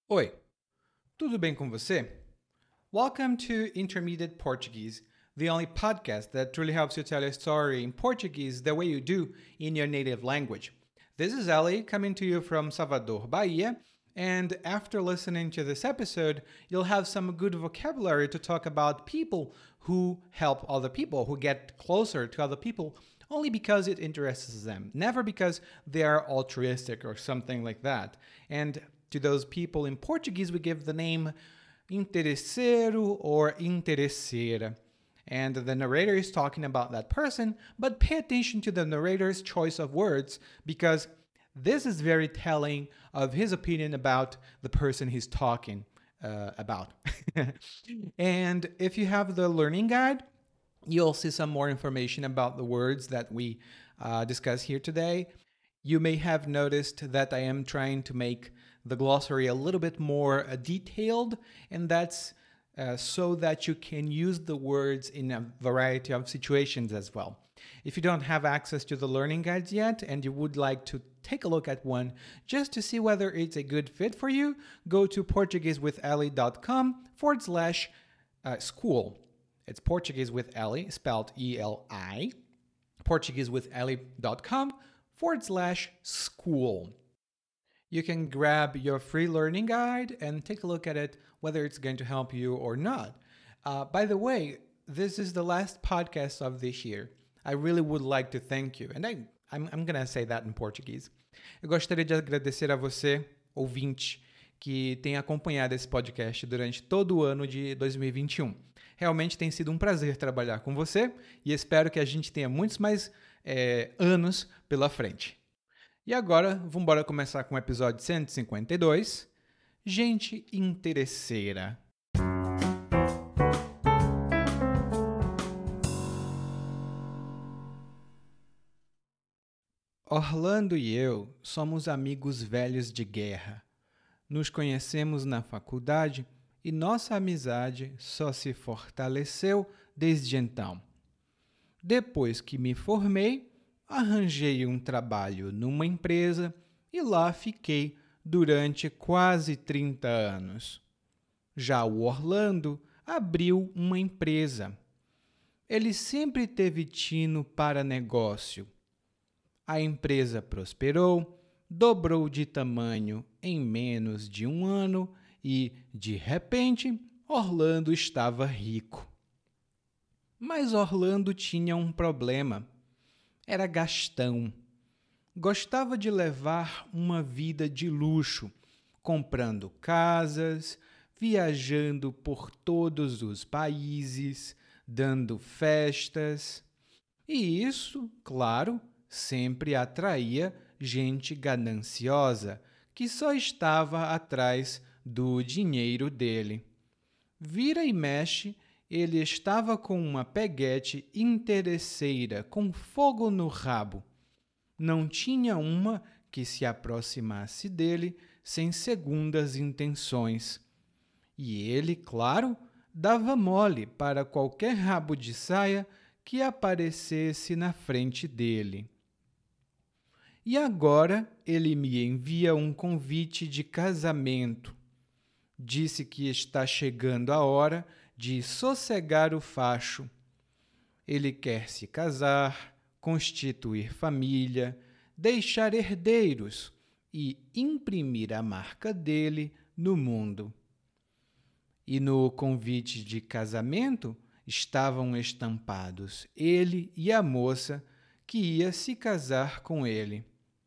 Oi, tudo bem com você? Welcome to Intermediate Portuguese, the only podcast that truly helps you tell your story in Portuguese the way you do in your native language. This is Ali coming to you from Salvador, Bahia, and after listening to this episode, you'll have some good vocabulary to talk about people who help other people, who get closer to other people only because it interests them, never because they are altruistic or something like that. And to those people in Portuguese, we give the name interesseiro or interesseira. And the narrator is talking about that person, but pay attention to the narrator's choice of words because this is very telling of his opinion about the person he's talking about. And if you have the learning guide, you'll see some more information about the words that we discuss here today. You may have noticed that I am trying to make the glossary a little bit more detailed, and that's so that you can use the words in a variety of situations as well. If you don't have access to the learning guides yet and you would like to take a look at one just to see whether it's a good fit for you, go to portuguesewithali.com/school. It's Portuguese with Ellie, spelled E-L-I, portuguesewithali.com/school. You can grab your free learning guide and take a look at it, whether it's going to help you or not. By the way, this is the last podcast of this year. I really would like to thank you. And I'm going to say that in Portuguese. Eu gostaria de agradecer a você, ouvinte, que tem acompanhado esse podcast durante todo o ano de 2021. Realmente tem sido um prazer trabalhar com você e espero que a gente tenha muitos mais anos pela frente. E agora, vamos embora começar com o episódio 152, Gente Interesseira. Orlando e eu somos amigos velhos de guerra. Nos conhecemos na faculdade e nossa amizade só se fortaleceu desde então. Depois que me formei, arranjei um trabalho numa empresa e lá fiquei durante quase 30 anos. Já o Orlando abriu uma empresa. Ele sempre teve tino para negócio. A empresa prosperou, dobrou de tamanho em menos de um ano e, de repente, Orlando estava rico. Mas Orlando tinha um problema. Era gastão. Gostava de levar uma vida de luxo, comprando casas, viajando por todos os países, dando festas. E isso, claro, sempre atraía gente gananciosa que só estava atrás do dinheiro dele. Vira e mexe, ele estava com uma peguete interesseira com fogo no rabo. Não tinha uma que se aproximasse dele sem segundas intenções. E ele, claro, dava mole para qualquer rabo de saia que aparecesse na frente dele. E agora ele me envia um convite de casamento. Disse que está chegando a hora de sossegar o facho. Ele quer se casar, constituir família, deixar herdeiros e imprimir a marca dele no mundo. E no convite de casamento estavam estampados ele e a moça que ia se casar com ele.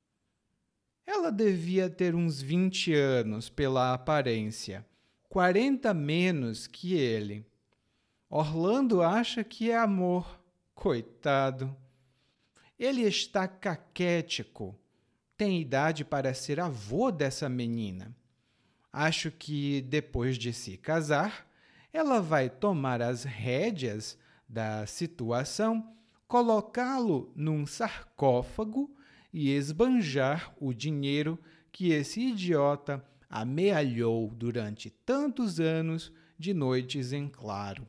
Ela devia ter uns 20 anos pela aparência, 40 menos que ele. Orlando acha que é amor. Coitado. Ele está caquético. Tem idade para ser avô dessa menina. Acho que, depois de se casar, ela vai tomar as rédeas da situação, colocá-lo num sarcófago e esbanjar o dinheiro que esse idiota amealhou durante tantos anos de noites em claro.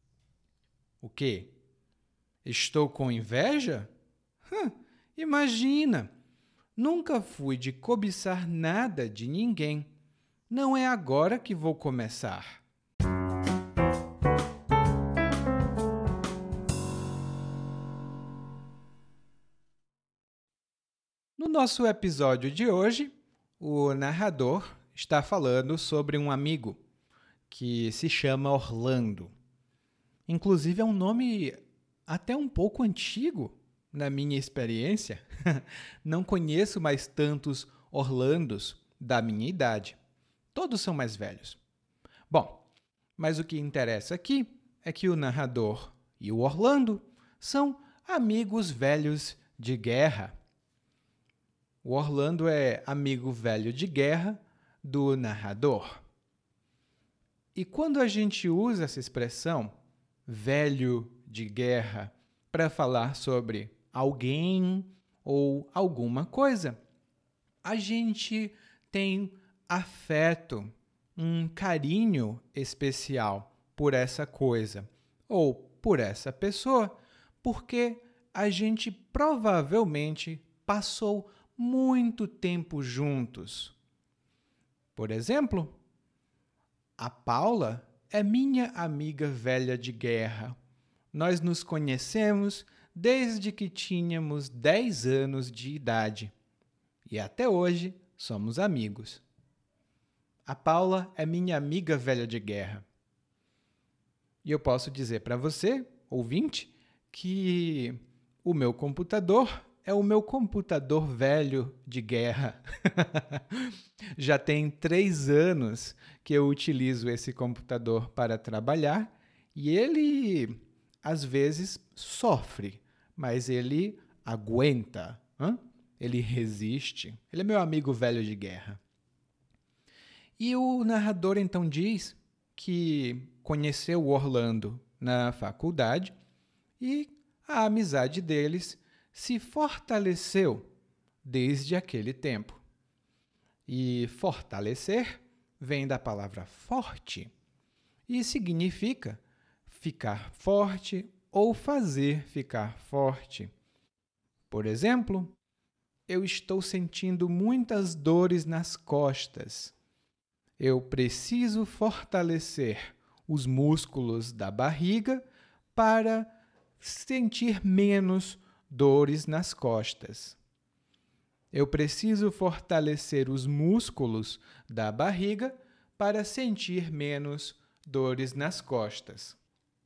O quê? Estou com inveja? Imagina! Nunca fui de cobiçar nada de ninguém. Não é agora que vou começar. No nosso episódio de hoje, o narrador está falando sobre um amigo que se chama Orlando. Inclusive, é um nome até um pouco antigo, na minha experiência. Não conheço mais tantos Orlandos da minha idade. Todos são mais velhos. Bom, mas o que interessa aqui é que o narrador e o Orlando são amigos velhos de guerra. O Orlando é amigo velho de guerra do narrador. E quando a gente usa essa expressão, velho de guerra, para falar sobre alguém ou alguma coisa, a gente tem afeto, um carinho especial por essa coisa ou por essa pessoa, porque a gente provavelmente passou muito tempo juntos. Por exemplo, a Paula é minha amiga velha de guerra. Nós nos conhecemos desde que tínhamos 10 anos de idade e até hoje somos amigos. A Paula é minha amiga velha de guerra. E eu posso dizer para você, ouvinte, que o meu computador é o meu computador velho de guerra. Já tem 3 anos que eu utilizo esse computador para trabalhar e ele, às vezes, sofre, mas ele aguenta, ele resiste. Ele é meu amigo velho de guerra. E o narrador então diz que conheceu o Orlando na faculdade e a amizade deles se fortaleceu desde aquele tempo. E fortalecer vem da palavra forte e significa ficar forte ou fazer ficar forte. Por exemplo, eu estou sentindo muitas dores nas costas. Eu preciso fortalecer os músculos da barriga para sentir menos dores nas costas. Eu preciso fortalecer os músculos da barriga para sentir menos dores nas costas.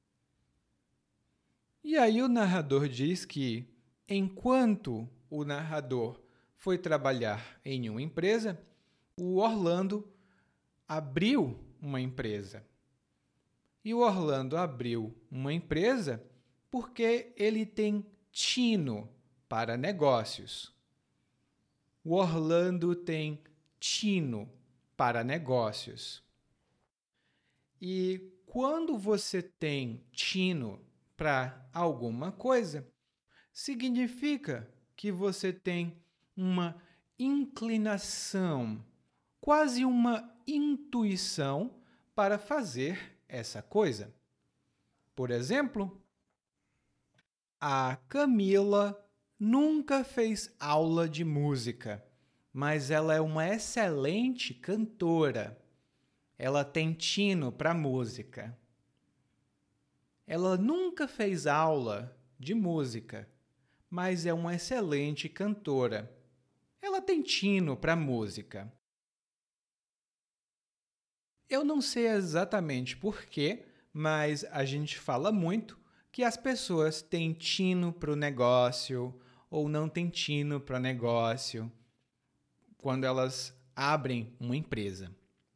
E aí o narrador diz que, enquanto o narrador foi trabalhar em uma empresa, o Orlando abriu uma empresa. E o Orlando abriu uma empresa porque ele tem tino para negócios. O Orlando tem tino para negócios. E quando você tem tino para alguma coisa, significa que você tem uma inclinação, quase uma intuição para fazer essa coisa. Por exemplo, a Camila nunca fez aula de música, mas ela é uma excelente cantora. Ela tem tino para música. Ela nunca fez aula de música, mas é uma excelente cantora. Ela tem tino para música. Eu não sei exatamente por quê, mas a gente fala muito que as pessoas têm tino para o negócio ou não têm tino para negócio quando elas abrem uma empresa.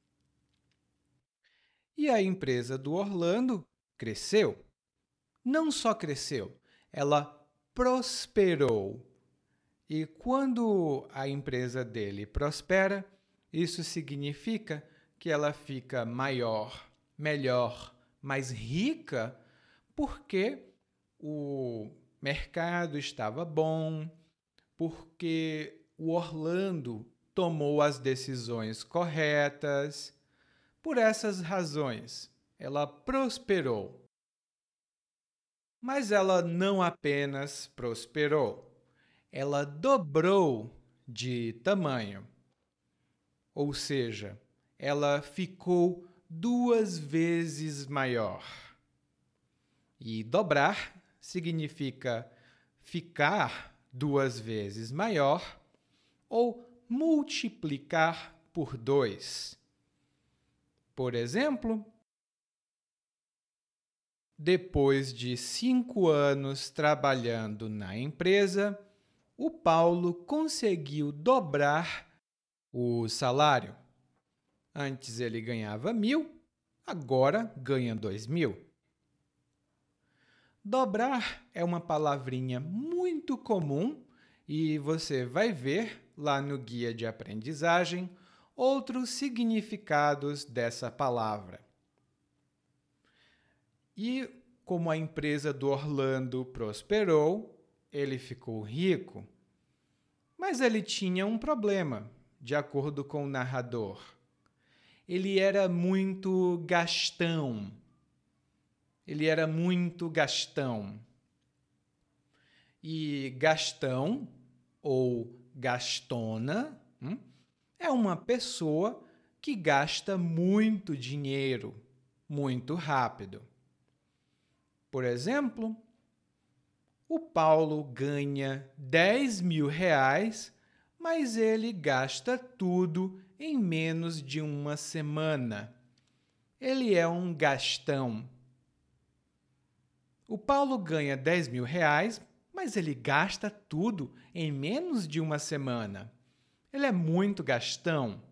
E a empresa do Orlando cresceu. Não só cresceu, ela prosperou. E quando a empresa dele prospera, isso significa que ela fica maior, melhor, mais rica, porque o mercado estava bom, porque o Orlando tomou as decisões corretas. Por essas razões, ela prosperou. Mas ela não apenas prosperou, ela dobrou de tamanho. Ou seja, ela ficou 2 vezes maior. E dobrar significa ficar 2 vezes maior ou multiplicar por 2. Por exemplo, depois de 5 anos trabalhando na empresa, o Paulo conseguiu dobrar o salário. Antes ele ganhava 1.000, agora ganha 2.000. Dobrar é uma palavrinha muito comum e você vai ver lá no guia de aprendizagem outros significados dessa palavra. E como a empresa do Orlando prosperou, ele ficou rico. Mas ele tinha um problema, de acordo com o narrador. Ele era muito gastão. E gastão, ou gastona, é uma pessoa que gasta muito dinheiro, muito rápido. Por exemplo, o Paulo ganha 10.000 reais, mas ele gasta tudo em menos de uma semana. Ele é um gastão. O Paulo ganha 10.000 reais, mas ele gasta tudo em menos de uma semana. Ele é muito gastão.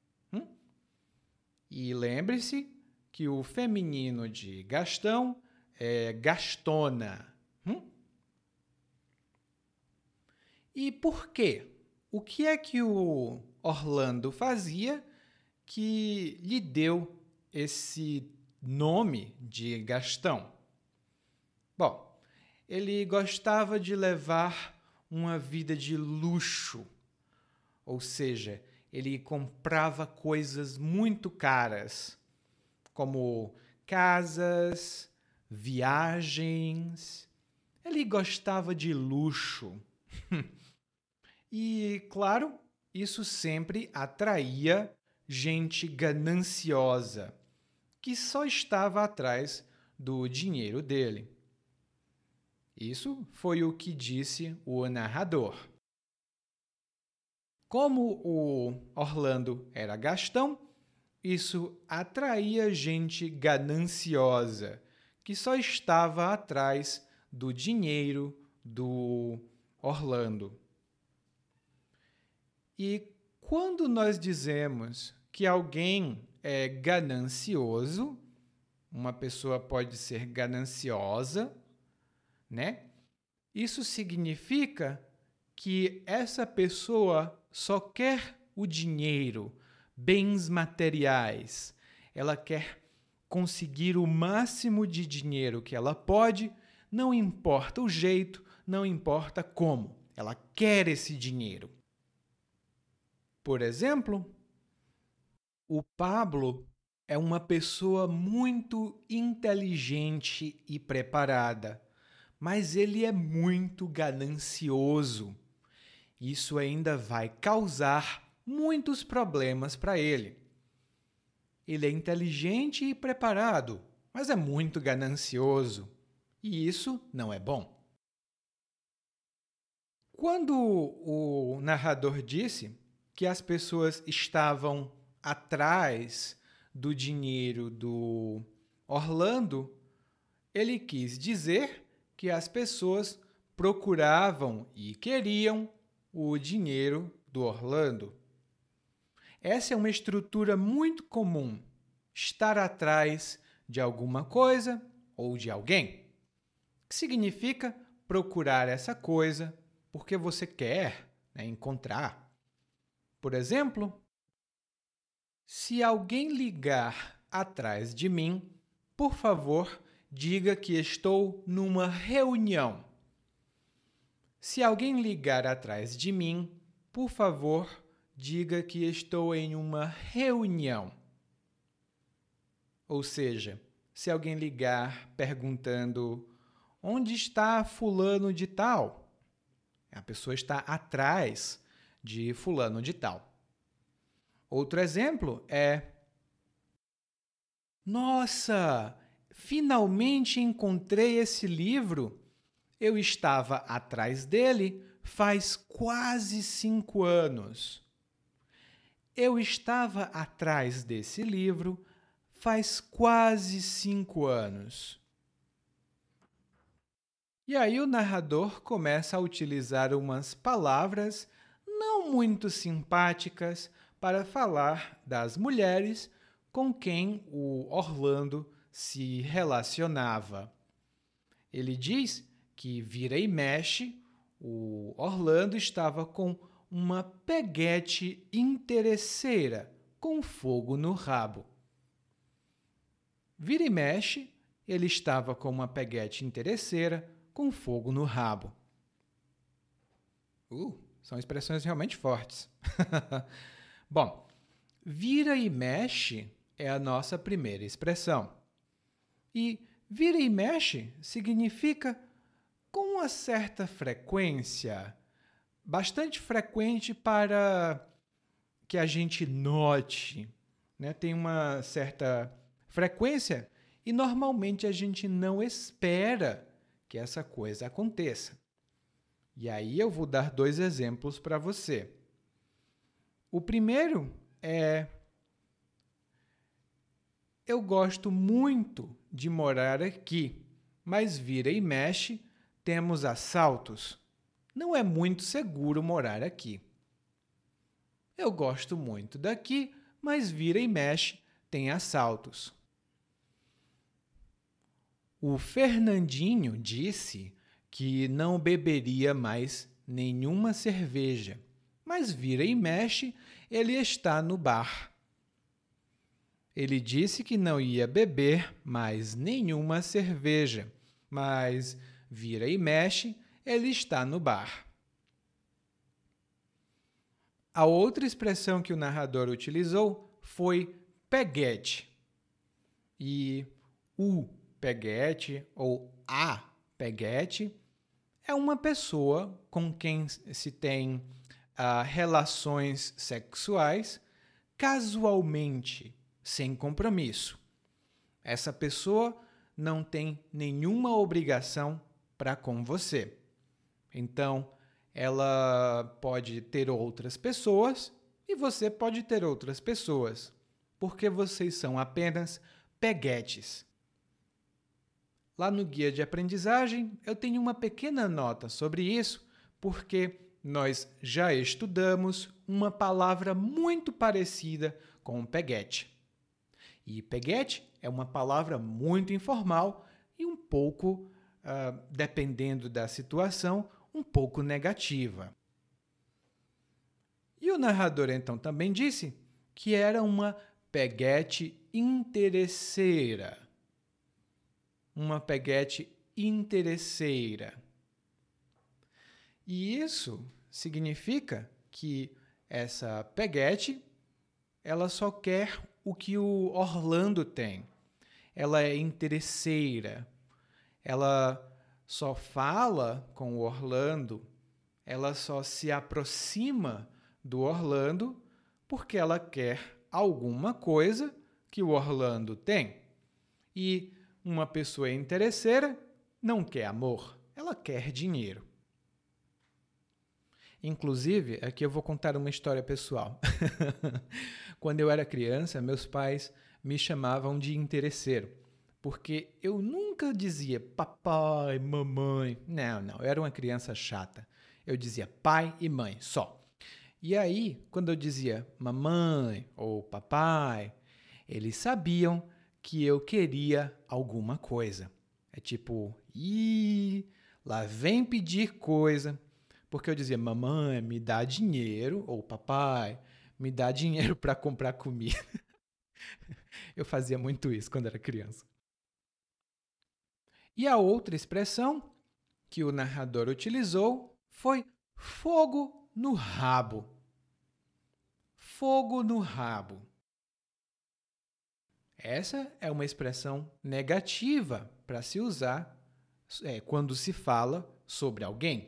E lembre-se que o feminino de gastão é gastona. E por quê? O que é que o Orlando fazia que lhe deu esse nome de gastão? Bom, ele gostava de levar uma vida de luxo, ou seja, ele comprava coisas muito caras, como casas, viagens. Ele gostava de luxo. E, claro, isso sempre atraía gente gananciosa, que só estava atrás do dinheiro dele. Isso foi o que disse o narrador. Como o Orlando era gastão, isso atraía gente gananciosa, que só estava atrás do dinheiro do Orlando. E quando nós dizemos que alguém é ganancioso, uma pessoa pode ser gananciosa, né? Isso significa que essa pessoa só quer o dinheiro, bens materiais. Ela quer conseguir o máximo de dinheiro que ela pode, não importa o jeito, não importa como. Ela quer esse dinheiro. Por exemplo, o Pablo é uma pessoa muito inteligente e preparada, mas ele é muito ganancioso. Isso ainda vai causar muitos problemas para ele. Ele é inteligente e preparado, mas é muito ganancioso, e isso não é bom. Quando o narrador disse que as pessoas estavam atrás do dinheiro do Orlando, ele quis dizer que as pessoas procuravam e queriam o dinheiro do Orlando. Essa é uma estrutura muito comum, estar atrás de alguma coisa ou de alguém, que significa procurar essa coisa porque você quer, encontrar. Por exemplo, se alguém ligar atrás de mim, por favor, diga que estou numa reunião. Se alguém ligar atrás de mim, por favor, diga que estou em uma reunião. Ou seja, se alguém ligar perguntando onde está fulano de tal, a pessoa está atrás de fulano de tal. Outro exemplo é Nossa, finalmente encontrei esse livro. Eu estava atrás dele faz quase 5 anos. Eu estava atrás desse livro faz quase 5 anos. E aí o narrador começa a utilizar umas palavras não muito simpáticas para falar das mulheres com quem o Orlando se relacionava. Ele diz que vira e mexe, o Orlando estava com uma peguete interesseira com fogo no rabo. Vira e mexe, ele estava com uma peguete interesseira com fogo no rabo. São expressões realmente fortes. Bom, vira e mexe é a nossa primeira expressão. E vira e mexe significa com uma certa frequência, bastante frequente para que a gente note, né? Tem uma certa frequência e normalmente a gente não espera que essa coisa aconteça. E aí eu vou dar 2 exemplos para você. O primeiro é: eu gosto muito de morar aqui, mas vira e mexe, temos assaltos. Não é muito seguro morar aqui. Eu gosto muito daqui, mas vira e mexe, tem assaltos. O Fernandinho disse que não beberia mais nenhuma cerveja, mas vira e mexe, ele está no bar. Ele disse que não ia beber mais nenhuma cerveja, mas vira e mexe, ele está no bar. A outra expressão que o narrador utilizou foi peguete. E o peguete ou a peguete é uma pessoa com quem se tem relações sexuais casualmente, sem compromisso. Essa pessoa não tem nenhuma obrigação para com você. Então, ela pode ter outras pessoas e você pode ter outras pessoas, porque vocês são apenas peguetes. Lá no guia de aprendizagem, eu tenho uma pequena nota sobre isso, porque nós já estudamos uma palavra muito parecida com peguete. E peguete é uma palavra muito informal e um pouco, dependendo da situação, um pouco negativa. E o narrador então também disse que era uma peguete interesseira. Uma peguete interesseira. E isso significa que essa peguete, ela só quer o que o Orlando tem. Ela é interesseira. Ela só fala com o Orlando, ela só se aproxima do Orlando porque ela quer alguma coisa que o Orlando tem. E uma pessoa interesseira não quer amor, ela quer dinheiro. Inclusive, aqui eu vou contar uma história pessoal. Quando eu era criança, meus pais me chamavam de interesseiro, porque eu nunca dizia papai, mamãe. Não, eu era uma criança chata. Eu dizia pai e mãe, só. E aí, quando eu dizia mamãe ou papai, eles sabiam que eu queria alguma coisa. É tipo, lá vem pedir coisa. Porque eu dizia, mamãe, me dá dinheiro, ou papai, me dá dinheiro para comprar comida. Eu fazia muito isso quando era criança. E a outra expressão que o narrador utilizou foi fogo no rabo. Fogo no rabo. Essa é uma expressão negativa para se usar quando se fala sobre alguém.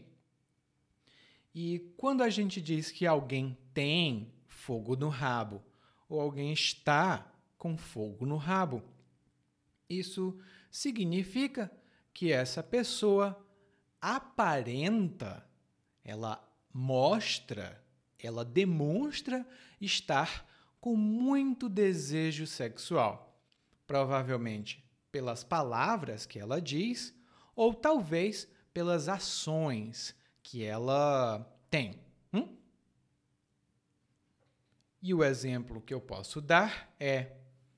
E quando a gente diz que alguém tem fogo no rabo ou alguém está com fogo no rabo, Isso significa que essa pessoa aparenta, ela mostra, ela demonstra estar com muito desejo sexual. Provavelmente pelas palavras que ela diz, ou talvez pelas ações que ela tem. E o exemplo que eu posso dar é: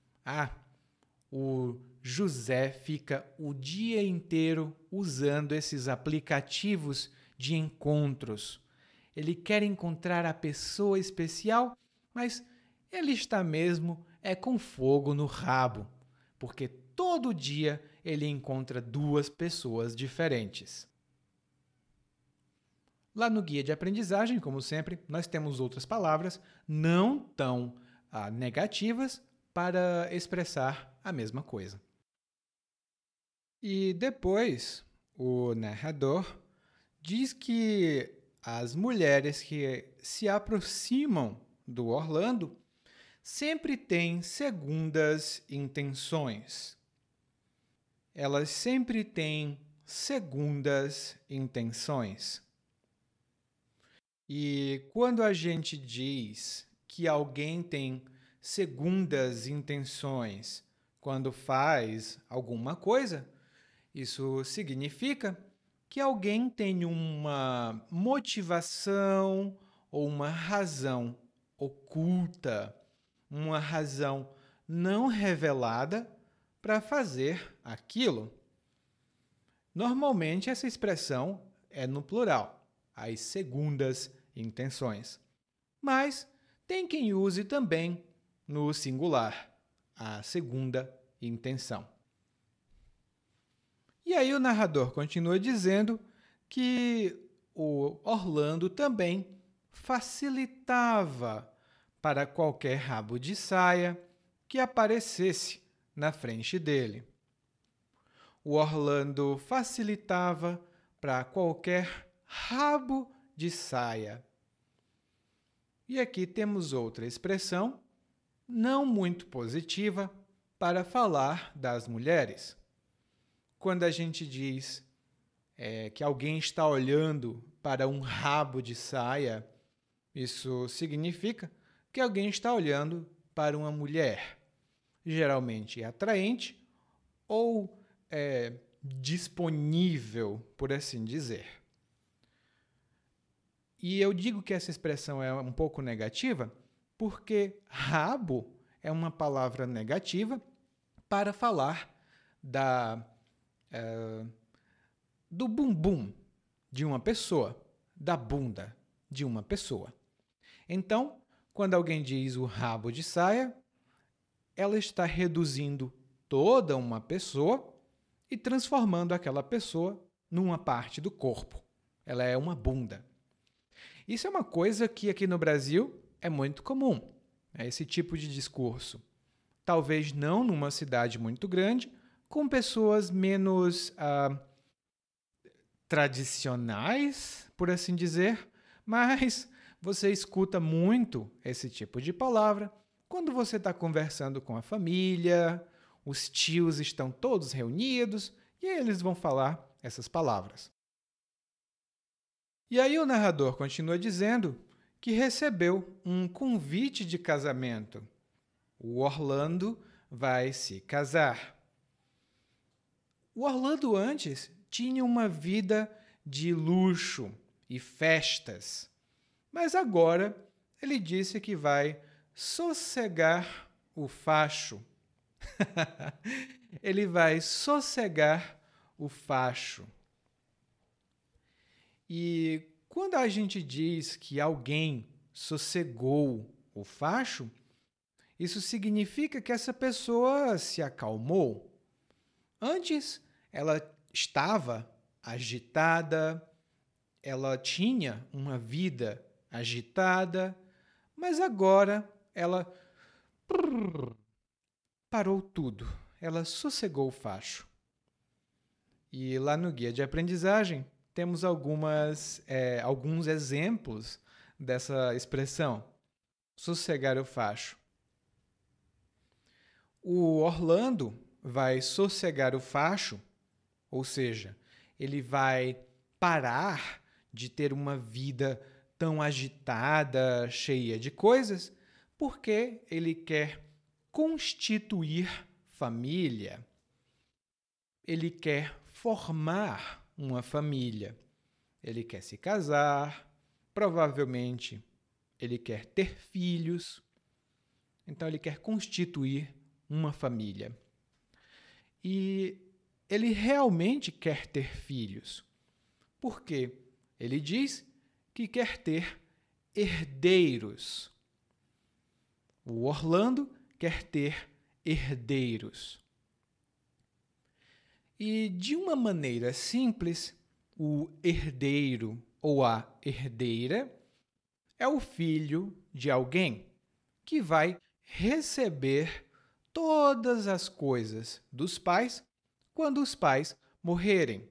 o José fica o dia inteiro usando esses aplicativos de encontros. Ele quer encontrar a pessoa especial, mas ele está mesmo com fogo no rabo, porque todo dia ele encontra duas pessoas diferentes. Lá no guia de aprendizagem, como sempre, nós temos outras palavras não tão negativas para expressar a mesma coisa. E depois, o narrador diz que as mulheres que se aproximam do Orlando sempre têm segundas intenções. Elas sempre têm segundas intenções. E quando a gente diz que alguém tem segundas intenções quando faz alguma coisa, isso significa que alguém tem uma motivação ou uma razão oculta, uma razão não revelada para fazer aquilo. Normalmente, essa expressão é no plural, as segundas intenções. Mas tem quem use também no singular, a segunda intenção. E aí o narrador continua dizendo que o Orlando também facilitava para qualquer rabo de saia que aparecesse na frente dele. O Orlando facilitava para qualquer rabo de saia. E aqui temos outra expressão não muito positiva para falar das mulheres. Quando a gente diz que alguém está olhando para um rabo de saia, isso significa que alguém está olhando para uma mulher, geralmente atraente ou disponível, por assim dizer. E eu digo que essa expressão é um pouco negativa porque rabo é uma palavra negativa para falar do bumbum de uma pessoa, da bunda de uma pessoa. Então, quando alguém diz o rabo de saia, ela está reduzindo toda uma pessoa e transformando aquela pessoa numa parte do corpo. Ela é uma bunda. Isso é uma coisa que aqui no Brasil é muito comum, esse tipo de discurso. Talvez não numa cidade muito grande, com pessoas menos tradicionais, por assim dizer, mas você escuta muito esse tipo de palavra quando você está conversando com a família, os tios estão todos reunidos e eles vão falar essas palavras. E aí o narrador continua dizendo que recebeu um convite de casamento. O Orlando vai se casar. O Orlando antes tinha uma vida de luxo e festas, mas agora ele disse que vai sossegar o facho. Ele vai sossegar o facho. E quando a gente diz que alguém sossegou o facho, isso significa que essa pessoa se acalmou. Antes, ela estava agitada, ela tinha uma vida agitada, mas agora ela parou tudo. Ela sossegou o facho. E lá no guia de aprendizagem temos alguns exemplos dessa expressão, sossegar o facho. O Orlando vai sossegar o facho, ou seja, ele vai parar de ter uma vida tão agitada, cheia de coisas, porque ele quer constituir família. Ele quer formar uma família. Ele quer se casar, provavelmente ele quer ter filhos. Então ele quer constituir uma família. E ele realmente quer ter filhos. Por quê? Ele diz que quer ter herdeiros. O Orlando quer ter herdeiros. E, de uma maneira simples, o herdeiro ou a herdeira é o filho de alguém que vai receber todas as coisas dos pais quando os pais morrerem.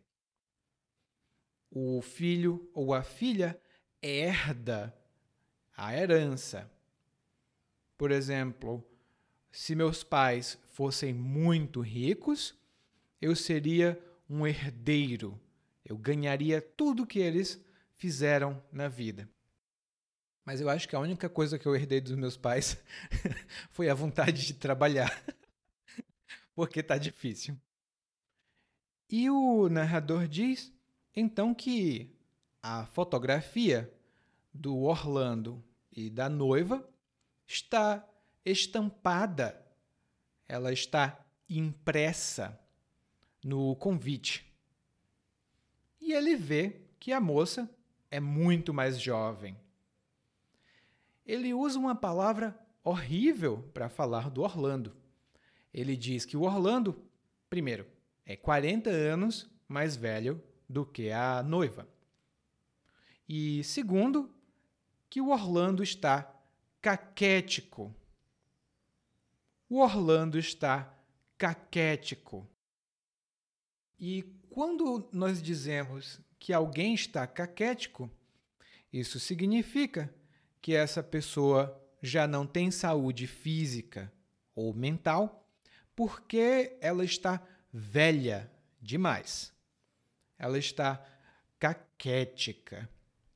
O filho ou a filha herda a herança. Por exemplo, se meus pais fossem muito ricos, eu seria um herdeiro. Eu ganharia tudo que eles fizeram na vida. Mas eu acho que a única coisa que eu herdei dos meus pais foi a vontade de trabalhar, porque tá difícil. E o narrador diz, então, que a fotografia do Orlando e da noiva está estampada, ela está impressa no convite. E ele vê que a moça é muito mais jovem. Ele usa uma palavra horrível para falar do Orlando. Ele diz que o Orlando, primeiro, é 40 anos mais velho do que a noiva. E segundo, que o Orlando está caquético. O Orlando está caquético. E quando nós dizemos que alguém está caquético, isso significa que essa pessoa já não tem saúde física ou mental porque ela está velha demais. Ela está caquética.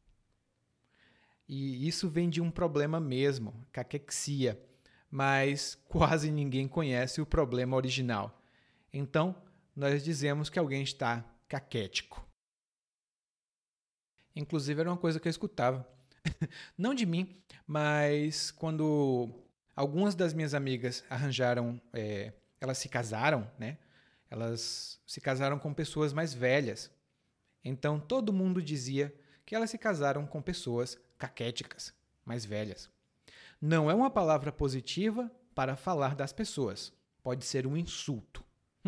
E isso vem de um problema mesmo, caquexia, mas quase ninguém conhece o problema original. Então, nós dizemos que alguém está caquético. Inclusive, era uma coisa que eu escutava. Não de mim, mas quando algumas das minhas amigas arranjaram, elas se casaram, né? Elas se casaram com pessoas mais velhas. Então, todo mundo dizia que elas se casaram com pessoas caquéticas, mais velhas. Não é uma palavra positiva para falar das pessoas. Pode ser um insulto.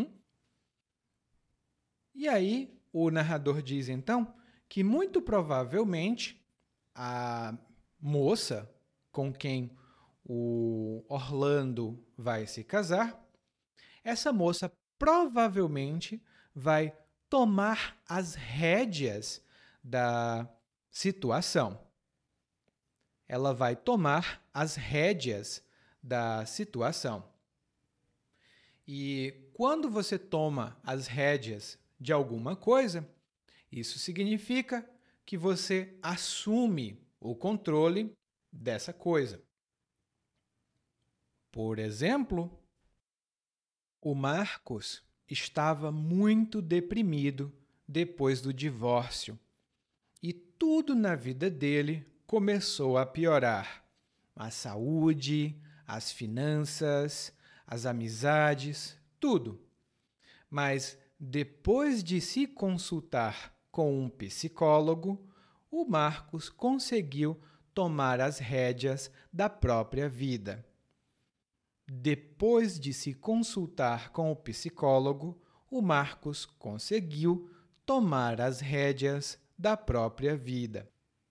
E aí, o narrador diz, então, que muito provavelmente a moça com quem o Orlando vai se casar, essa moça provavelmente vai tomar as rédeas da situação. Ela vai tomar as rédeas da situação. E quando você toma as rédeas de alguma coisa, isso significa que você assume o controle dessa coisa. Por exemplo, o Marcos estava muito deprimido depois do divórcio e tudo na vida dele começou a piorar. A saúde, as finanças, as amizades, tudo. Mas depois de se consultar com um psicólogo, o Marcos conseguiu tomar as rédeas da própria vida. Depois de se consultar com o psicólogo, o Marcos conseguiu tomar as rédeas da própria vida.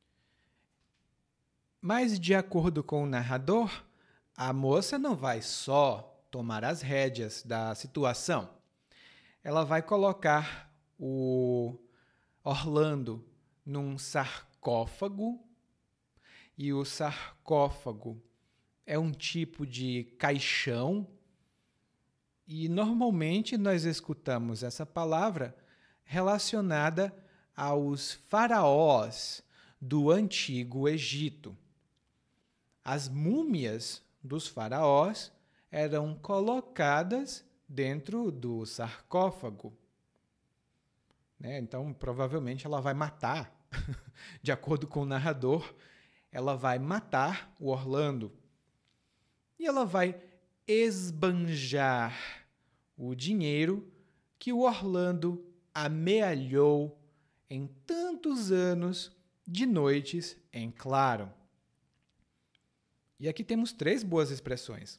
Mas, de acordo com o narrador, a moça não vai só tomar as rédeas da situação. Ela vai colocar o Orlando num sarcófago, e o sarcófago é um tipo de caixão E normalmente nós escutamos essa palavra relacionada aos faraós do Antigo Egito. As múmias dos faraós eram colocadas dentro do sarcófago. Então, provavelmente, ela vai matar, de acordo com o narrador, ela vai matar o Orlando. E ela vai esbanjar o dinheiro que o Orlando amealhou em tantos anos de noites em claro. E aqui temos 3 boas expressões.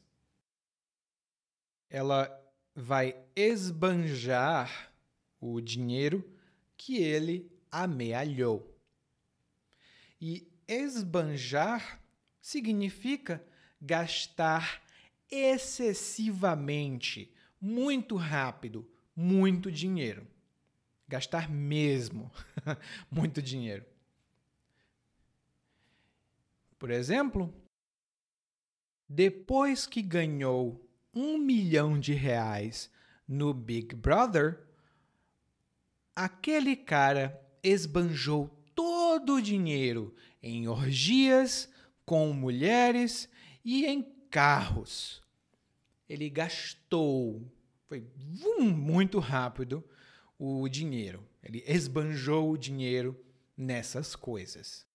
Ela vai esbanjar o dinheiro que ele amealhou. E esbanjar significa gastar excessivamente, muito rápido, muito dinheiro. Gastar mesmo muito dinheiro. Por exemplo, depois que ganhou R$1 milhão no Big Brother, aquele cara esbanjou todo o dinheiro em orgias, com mulheres e em carros. Ele gastou, foi muito rápido, o dinheiro. Ele esbanjou o dinheiro nessas coisas.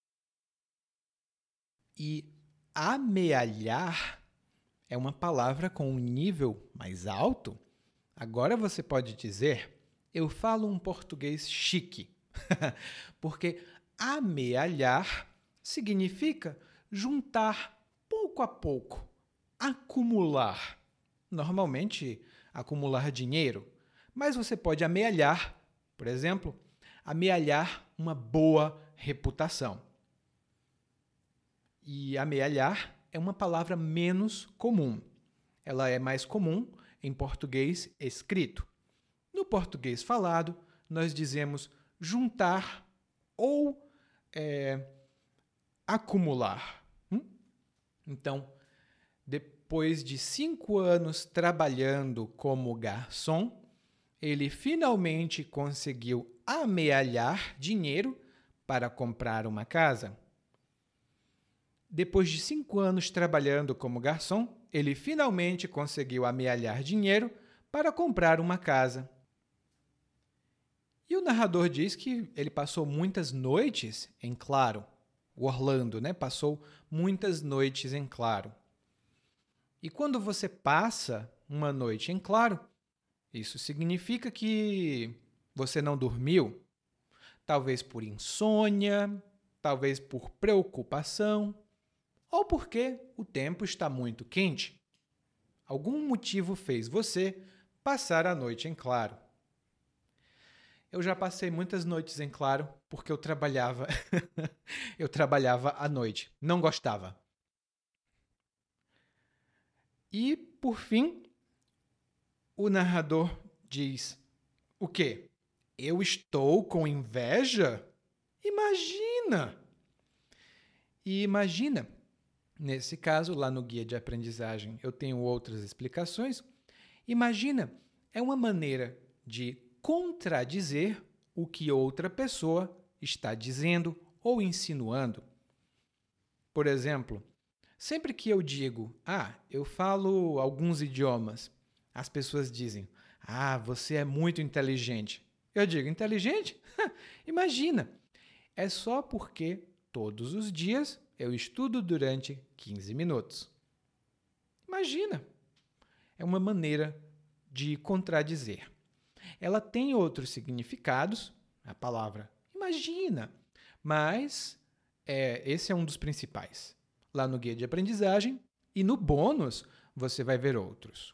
E amealhar é uma palavra com um nível mais alto. Agora você pode dizer, eu falo um português chique, porque amealhar significa juntar pouco a pouco, acumular. Normalmente, acumular dinheiro, mas você pode amealhar, por exemplo, amealhar uma boa reputação. E amealhar é uma palavra menos comum. Ela é mais comum em português escrito. No português falado, nós dizemos juntar ou acumular. Então, depois de 5 anos trabalhando como garçom, ele finalmente conseguiu amealhar dinheiro para comprar uma casa. Depois de 5 anos trabalhando como garçom, ele finalmente conseguiu amealhar dinheiro para comprar uma casa. E o narrador diz que ele passou muitas noites em claro. O Orlando, passou muitas noites em claro. E quando você passa uma noite em claro, isso significa que você não dormiu, talvez por insônia, talvez por preocupação, ou porque o tempo está muito quente. Algum motivo fez você passar a noite em claro. Eu já passei muitas noites em claro porque eu trabalhava à noite. Não gostava. E, por fim, o narrador diz: o quê? Eu estou com inveja? Imagina! E imagina, nesse caso, lá no guia de aprendizagem, eu tenho outras explicações. Imagina é uma maneira de contradizer o que outra pessoa está dizendo ou insinuando. Por exemplo, sempre que eu digo, eu falo alguns idiomas, as pessoas dizem, você é muito inteligente. Eu digo, inteligente? Imagina! É só porque todos os dias eu estudo durante 15 minutos. Imagina! É uma maneira de contradizer. Ela tem outros significados, a palavra imagina, mas esse é um dos principais. Lá no guia de aprendizagem e no bônus você vai ver outros.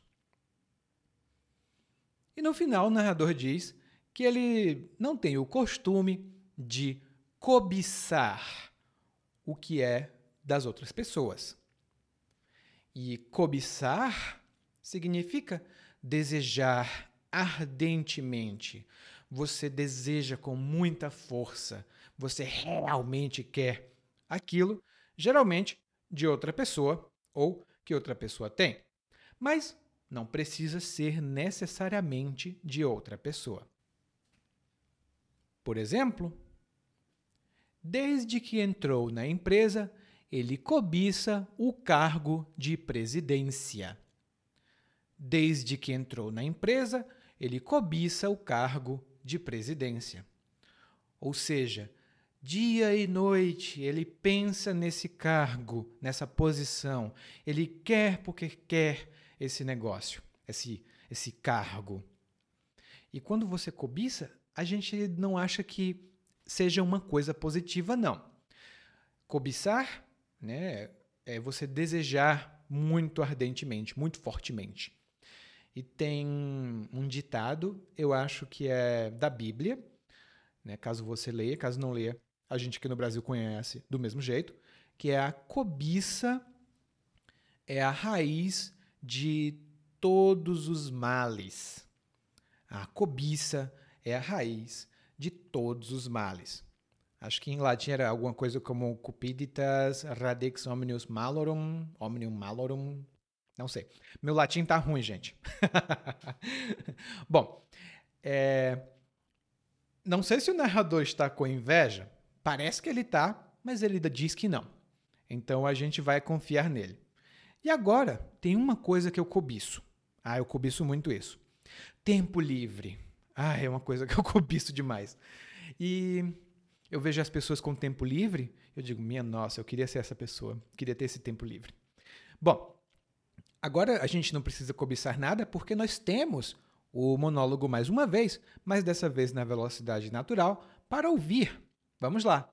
E no final o narrador diz que ele não tem o costume de cobiçar o que é das outras pessoas. E cobiçar significa desejar ardentemente. Você deseja com muita força. Você realmente quer aquilo, geralmente de outra pessoa ou que outra pessoa tem. Mas Não precisa ser necessariamente de outra pessoa. Por exemplo, desde que entrou na empresa, ele cobiça o cargo de presidência. Desde que entrou na empresa, ele cobiça o cargo de presidência. Ou seja, dia e noite ele pensa nesse cargo, nessa posição. Ele quer porque quer esse negócio, esse cargo. E quando você cobiça, a gente não acha que seja uma coisa positiva, não. Cobiçar, né, é você desejar muito ardentemente, muito fortemente. E tem um ditado, eu acho que é da Bíblia, né, caso você leia, caso não leia, a gente aqui no Brasil conhece do mesmo jeito, que é a cobiça é a raiz de todos os males. A cobiça é a raiz de todos os males. Acho que em latim era alguma coisa como cupiditas radix omnium malorum, não sei. Meu latim tá ruim, gente. Bom, não sei se o narrador está com inveja. Parece que ele está, mas ele diz que não. Então a gente vai confiar nele. E agora, tem uma coisa que eu cobiço. Eu cobiço muito isso. Tempo livre. É uma coisa que eu cobiço demais. E eu vejo as pessoas com tempo livre, eu digo, minha nossa, eu queria ser essa pessoa. Queria ter esse tempo livre. Bom, agora a gente não precisa cobiçar nada porque nós temos o monólogo mais uma vez, mas dessa vez na velocidade natural, para ouvir. Vamos lá.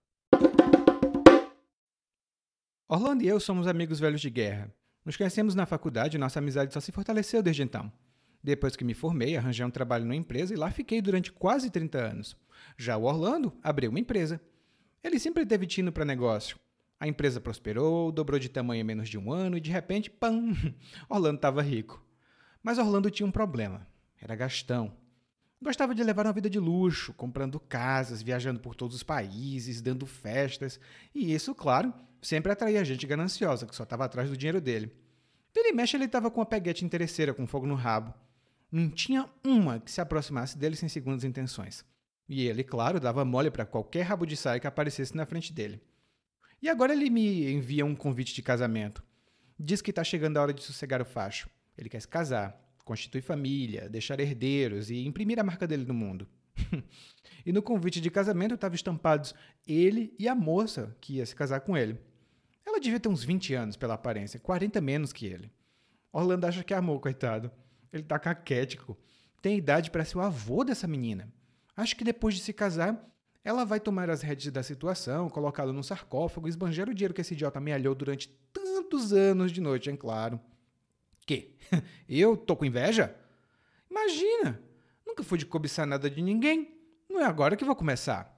Orlando e eu somos amigos velhos de guerra. Nos conhecemos na faculdade e nossa amizade só se fortaleceu desde então. Depois que me formei, arranjei um trabalho numa empresa e lá fiquei durante quase 30 anos. Já o Orlando abriu uma empresa. Ele sempre teve tino para negócio. A empresa prosperou, dobrou de tamanho em menos de um ano e, de repente, pam! Orlando estava rico. Mas Orlando tinha um problema. Era gastão. Gostava de levar uma vida de luxo, comprando casas, viajando por todos os países, dando festas. E isso, claro, sempre atraía gente gananciosa, que só estava atrás do dinheiro dele. Vira e mexe, ele estava com uma peguete interesseira com fogo no rabo. Não tinha uma que se aproximasse dele sem segundas intenções. E ele, claro, dava mole para qualquer rabo de saia que aparecesse na frente dele. E agora ele me envia um convite de casamento. Diz que está chegando a hora de sossegar o facho. Ele quer se casar, constituir família, deixar herdeiros e imprimir a marca dele no mundo. E no convite de casamento estavam estampados ele e a moça que ia se casar com ele. Ela devia ter uns 20 anos pela aparência, 40 menos que ele. Orlando acha que amou, coitado. Ele tá caquético. Tem idade para ser o avô dessa menina. Acho que depois de se casar, ela vai tomar as rédeas da situação, colocá-lo num sarcófago e esbanjar o dinheiro que esse idiota amealhou durante tantos anos de noite, é claro. Que? Eu tô com inveja? Imagina! Nunca fui de cobiçar nada de ninguém. Não é agora que vou começar.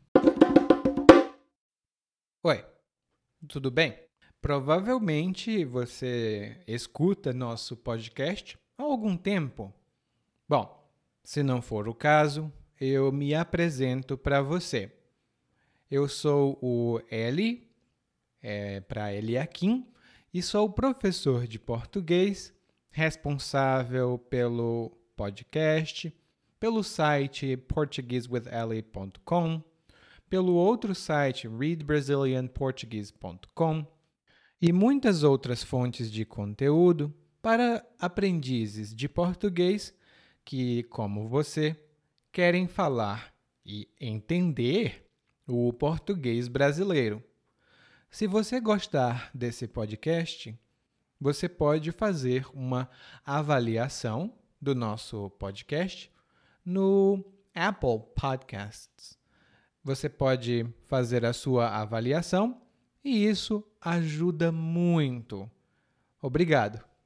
Oi, tudo bem? Provavelmente você escuta nosso podcast há algum tempo. Bom, se não for o caso, eu me apresento para você. Eu sou o Eli, para Eliakim, e sou professor de português, responsável pelo podcast, pelo site portuguesewitheli.com, pelo outro site readbrazilianportuguese.com e muitas outras fontes de conteúdo para aprendizes de português que, como você, querem falar e entender o português brasileiro. Se você gostar desse podcast, você pode fazer uma avaliação do nosso podcast no Apple Podcasts. Você pode fazer a sua avaliação e isso ajuda muito. Obrigado.